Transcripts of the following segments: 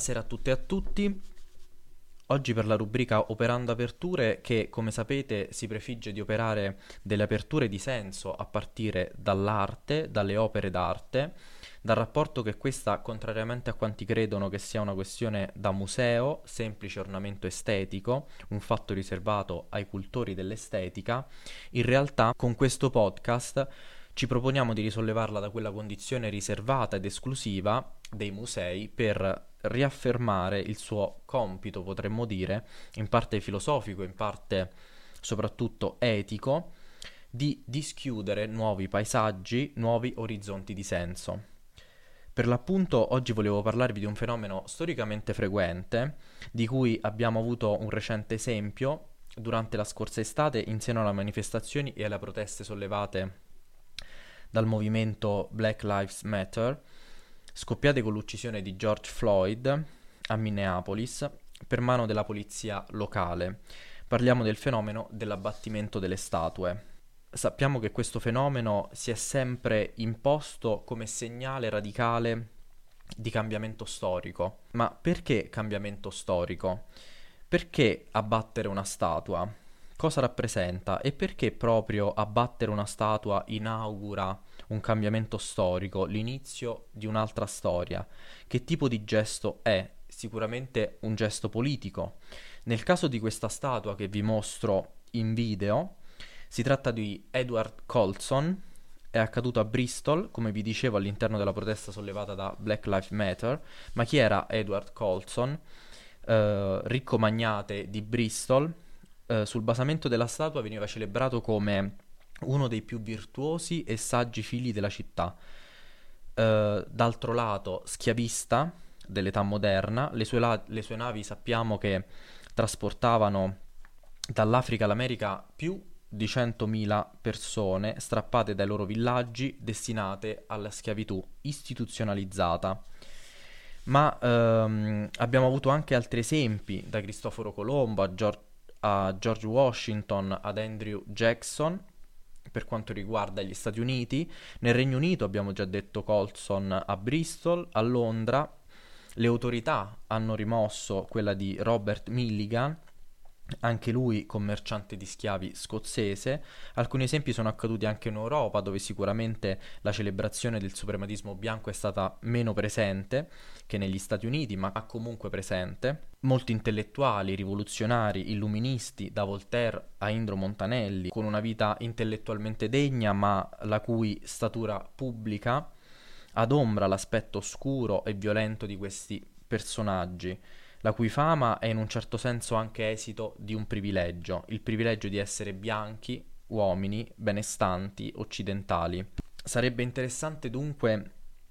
Buonasera a tutte e a tutti. Oggi per la rubrica Operando Aperture che, come sapete, si prefigge di operare delle aperture di senso a partire dall'arte, dalle opere d'arte, dal rapporto che questa, contrariamente a quanti credono che sia una questione da museo, semplice ornamento estetico, un fatto riservato ai cultori dell'estetica, in realtà con questo podcast ci proponiamo di risollevarla da quella condizione riservata ed esclusiva dei musei per riaffermare il suo compito, potremmo dire, in parte filosofico, in parte soprattutto etico, di dischiudere nuovi paesaggi, nuovi orizzonti di senso. Per l'appunto, oggi volevo parlarvi di un fenomeno storicamente frequente, di cui abbiamo avuto un recente esempio durante la scorsa estate in seno alle manifestazioni e alle proteste sollevate dal movimento Black Lives Matter, scoppiate con l'uccisione di George Floyd a Minneapolis per mano della polizia locale. Parliamo del fenomeno dell'abbattimento delle statue. Sappiamo che questo fenomeno si è sempre imposto come segnale radicale di cambiamento storico. Ma perché cambiamento storico? Perché abbattere una statua? Cosa rappresenta e perché proprio abbattere una statua inaugura un cambiamento storico, l'inizio di un'altra storia? Che tipo di gesto è? Sicuramente un gesto politico. Nel caso di questa statua che vi mostro in video, si tratta di Edward Colson, è accaduto a Bristol, come vi dicevo all'interno della protesta sollevata da Black Lives Matter. Ma chi era Edward Colson? Ricco magnate di Bristol. Sul basamento della statua veniva celebrato come uno dei più virtuosi e saggi figli della città. D'altro lato, schiavista dell'età moderna, le sue navi sappiamo che trasportavano dall'Africa all'America più di 100.000 persone strappate dai loro villaggi destinate alla schiavitù istituzionalizzata. Ma abbiamo avuto anche altri esempi, da Cristoforo Colombo a George Washington, ad Andrew Jackson, per quanto riguarda gli Stati Uniti. Nel Regno Unito abbiamo già detto Colson a Bristol. A Londra le autorità hanno rimosso quella di Robert Milligan, anche lui commerciante di schiavi scozzese. Alcuni esempi sono accaduti anche in Europa, dove sicuramente la celebrazione del suprematismo bianco è stata meno presente che negli Stati Uniti, ma comunque presente. Molti intellettuali, rivoluzionari, illuministi, da Voltaire a Indro Montanelli, con una vita intellettualmente degna, ma la cui statura pubblica adombra l'aspetto oscuro e violento di questi personaggi, la cui fama è in un certo senso anche esito di un privilegio, il privilegio di essere bianchi, uomini, benestanti, occidentali. Sarebbe interessante dunque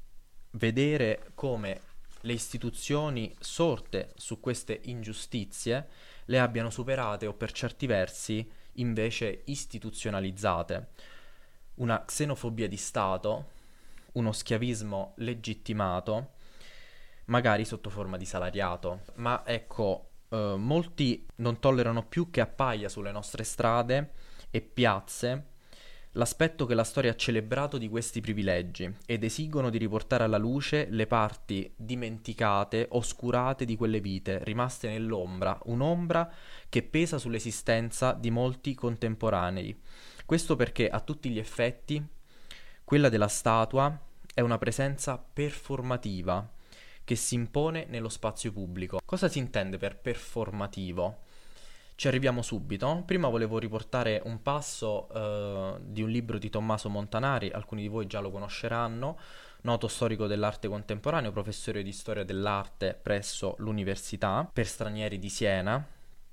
vedere come le istituzioni sorte su queste ingiustizie le abbiano superate o per certi versi invece istituzionalizzate. Una xenofobia di Stato, uno schiavismo legittimato, magari sotto forma di salariato. Ma ecco, molti non tollerano più che appaia sulle nostre strade e piazze l'aspetto che la storia ha celebrato di questi privilegi ed esigono di riportare alla luce le parti dimenticate, oscurate di quelle vite, rimaste nell'ombra, un'ombra che pesa sull'esistenza di molti contemporanei. Questo perché a tutti gli effetti quella della statua è una presenza performativa che si impone nello spazio pubblico. Cosa si intende per performativo? Ci arriviamo subito. Prima volevo riportare un passo di un libro di Tommaso Montanari, alcuni di voi già lo conosceranno, noto storico dell'arte contemporaneo, professore di storia dell'arte presso l'Università per Stranieri di Siena.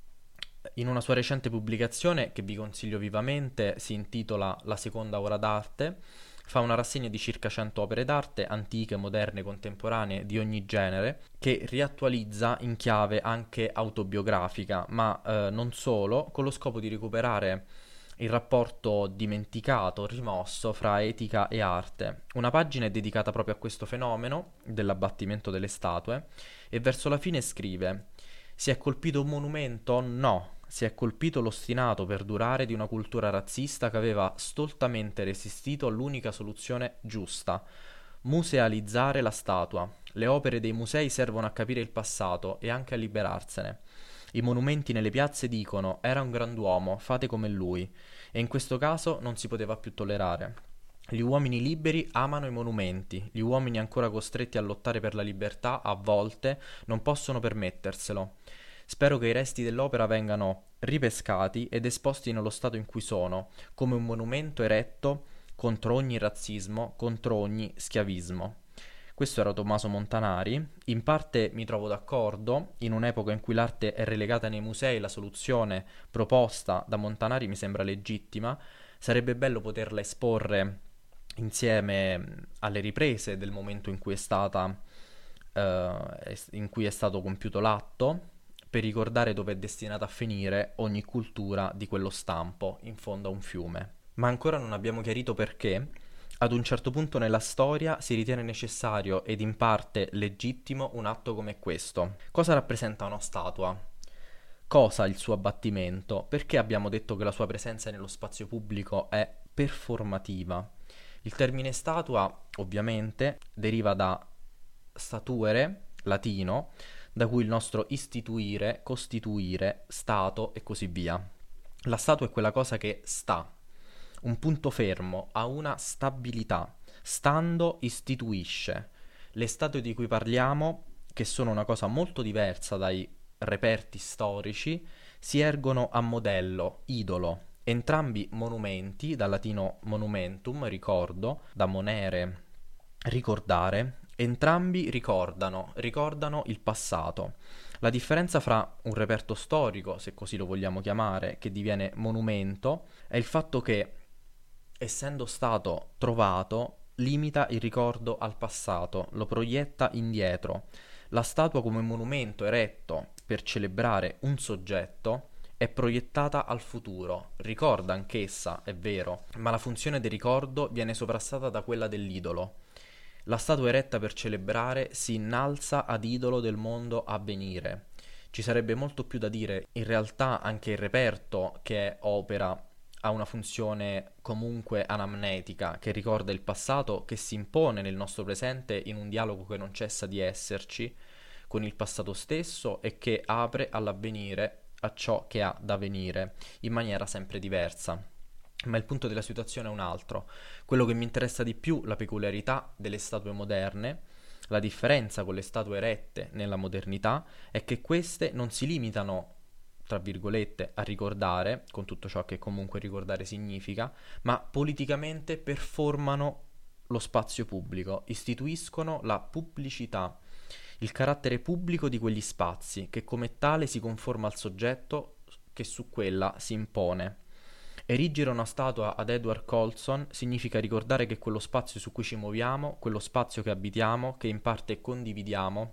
In una sua recente pubblicazione, che vi consiglio vivamente, si intitola La seconda ora d'arte, fa una rassegna di circa 100 opere d'arte, antiche, moderne, contemporanee, di ogni genere, che riattualizza in chiave anche autobiografica, ma non solo, con lo scopo di recuperare il rapporto dimenticato, rimosso fra etica e arte. Una pagina è dedicata proprio a questo fenomeno dell'abbattimento delle statue e verso la fine scrive: «Si è colpito un monumento? No. Si è colpito l'ostinato perdurare di una cultura razzista che aveva stoltamente resistito all'unica soluzione giusta: musealizzare la statua, Le opere dei musei servono a capire il passato e anche a liberarsene. I monumenti nelle piazze dicono era un grand'uomo, fate come lui, e in questo caso non si poteva più tollerare. Gli uomini liberi amano i monumenti, gli uomini ancora costretti a lottare per la libertà, a volte, non possono permetterselo. Spero che i resti dell'opera vengano ripescati ed esposti nello stato in cui sono, come un monumento eretto contro ogni razzismo, contro ogni schiavismo. Questo era Tommaso Montanari. In parte mi trovo d'accordo, in un'epoca in cui l'arte è relegata nei musei, la soluzione proposta da Montanari mi sembra legittima. Sarebbe bello poterla esporre insieme alle riprese del momento in cui è stato compiuto l'atto, per ricordare dove è destinata a finire ogni cultura di quello stampo, in fondo a un fiume. Ma ancora non abbiamo chiarito perché, ad un certo punto nella storia, si ritiene necessario ed in parte legittimo un atto come questo. Cosa rappresenta una statua? Cosa il suo abbattimento? Perché abbiamo detto che la sua presenza nello spazio pubblico è performativa? Il termine statua, ovviamente, deriva da statuere, latino, da cui il nostro istituire, costituire, stato e così via. La statua è quella cosa che sta, un punto fermo, ha una stabilità, stando istituisce. Le statue di cui parliamo, che sono una cosa molto diversa dai reperti storici, si ergono a modello, idolo. Entrambi monumenti, dal latino monumentum, ricordo, da monere, ricordare, entrambi ricordano il passato. La differenza fra un reperto storico, se così lo vogliamo chiamare, che diviene monumento, è il fatto che, essendo stato trovato, limita il ricordo al passato, lo proietta indietro. La statua come monumento eretto per celebrare un soggetto è proiettata al futuro, ricorda anch'essa, è vero, ma la funzione del ricordo viene sovrastata da quella dell'idolo. La statua eretta per celebrare si innalza ad idolo del mondo a venire. Ci sarebbe molto più da dire, in realtà anche il reperto che è opera ha una funzione comunque anamnetica che ricorda il passato, che si impone nel nostro presente in un dialogo che non cessa di esserci con il passato stesso e che apre all'avvenire, a ciò che ha da venire, in maniera sempre diversa. Ma il punto della situazione è un altro. Quello che mi interessa di più, la peculiarità delle statue moderne, la differenza con le statue erette nella modernità, è che queste non si limitano, tra virgolette, a ricordare, con tutto ciò che comunque ricordare significa, ma politicamente performano lo spazio pubblico, istituiscono la pubblicità, il carattere pubblico di quegli spazi, che come tale si conforma al soggetto che su quella si impone. Erigere una statua ad Edward Colson significa ricordare che quello spazio su cui ci muoviamo, quello spazio che abitiamo, che in parte condividiamo,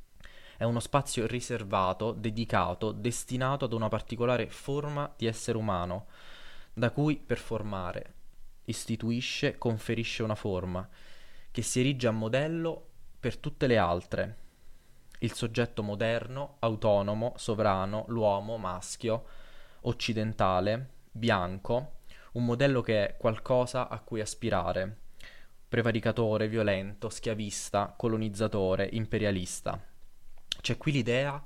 è uno spazio riservato, dedicato, destinato ad una particolare forma di essere umano, da cui performare, istituisce, conferisce una forma, che si erige a modello per tutte le altre. Il soggetto moderno, autonomo, sovrano, l'uomo maschio, occidentale, bianco, un modello che è qualcosa a cui aspirare, prevaricatore, violento, schiavista, colonizzatore, imperialista. C'è qui l'idea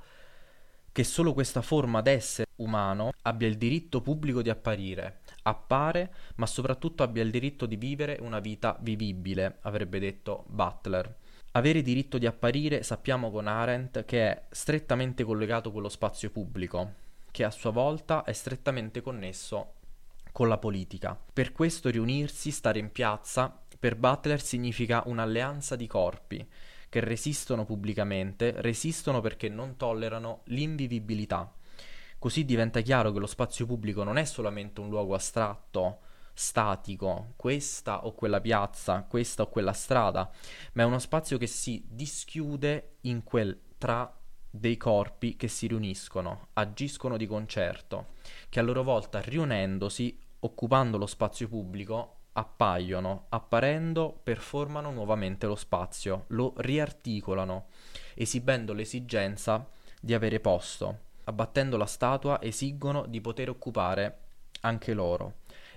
che solo questa forma d'essere umano abbia il diritto pubblico di apparire, appare, ma soprattutto abbia il diritto di vivere una vita vivibile, avrebbe detto Butler. Avere diritto di apparire sappiamo con Arendt che è strettamente collegato con lo spazio pubblico, che a sua volta è strettamente connesso con la politica. Per questo riunirsi, stare in piazza, per Butler significa un'alleanza di corpi che resistono pubblicamente, resistono perché non tollerano l'invivibilità. Così diventa chiaro che lo spazio pubblico non è solamente un luogo astratto, statico, questa o quella piazza, questa o quella strada, ma è uno spazio che si dischiude in quel tra dei corpi che si riuniscono, agiscono di concerto, che a loro volta riunendosi, occupando lo spazio pubblico, appaiono, apparendo, performano nuovamente lo spazio, lo riarticolano, esibendo l'esigenza di avere posto. Abbattendo la statua esigono di poter occupare anche loro.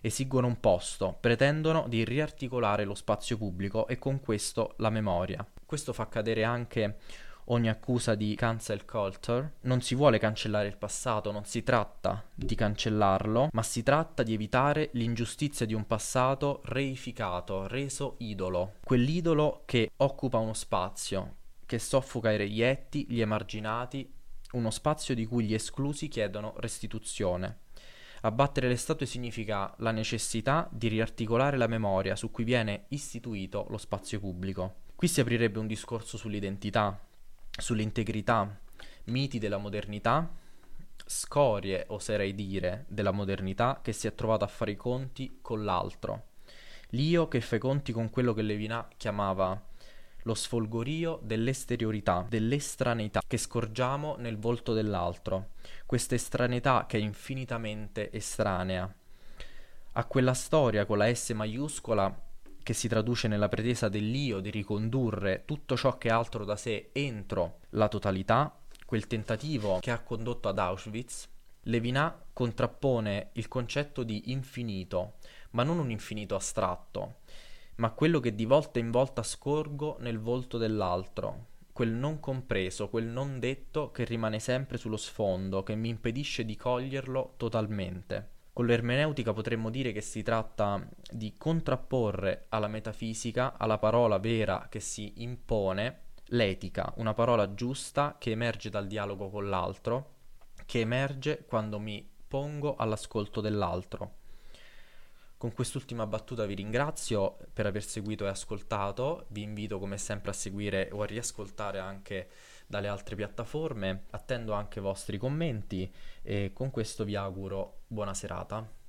esigono un posto, pretendono di riarticolare lo spazio pubblico e con questo la memoria. Questo fa cadere anche ogni accusa di cancel culture. Non si vuole cancellare il passato, non si tratta di cancellarlo, ma si tratta di evitare l'ingiustizia di un passato reificato, reso idolo. Quell'idolo che occupa uno spazio, che soffoca i reietti, gli emarginati, uno spazio di cui gli esclusi chiedono restituzione. Abbattere le statue significa la necessità di riarticolare la memoria su cui viene istituito lo spazio pubblico. Qui si aprirebbe un discorso sull'identità, sull'integrità, miti della modernità, scorie, oserei dire, della modernità che si è trovato a fare i conti con l'altro. L'io che fa i conti con quello che Levinas chiamava lo sfolgorio dell'esteriorità, dell'estraneità che scorgiamo nel volto dell'altro, questa estraneità che è infinitamente estranea a quella storia con la S maiuscola che si traduce nella pretesa dell'io di ricondurre tutto ciò che è altro da sé entro la totalità, quel tentativo che ha condotto ad Auschwitz. Levinas contrappone il concetto di infinito, ma non un infinito astratto, ma quello che di volta in volta scorgo nel volto dell'altro, quel non compreso, quel non detto che rimane sempre sullo sfondo, che mi impedisce di coglierlo totalmente. Con l'ermeneutica potremmo dire che si tratta di contrapporre alla metafisica, alla parola vera che si impone, l'etica, una parola giusta che emerge dal dialogo con l'altro, che emerge quando mi pongo all'ascolto dell'altro. Con quest'ultima battuta vi ringrazio per aver seguito e ascoltato, vi invito come sempre a seguire o a riascoltare anche dalle altre piattaforme, attendo anche i vostri commenti e con questo vi auguro buona serata.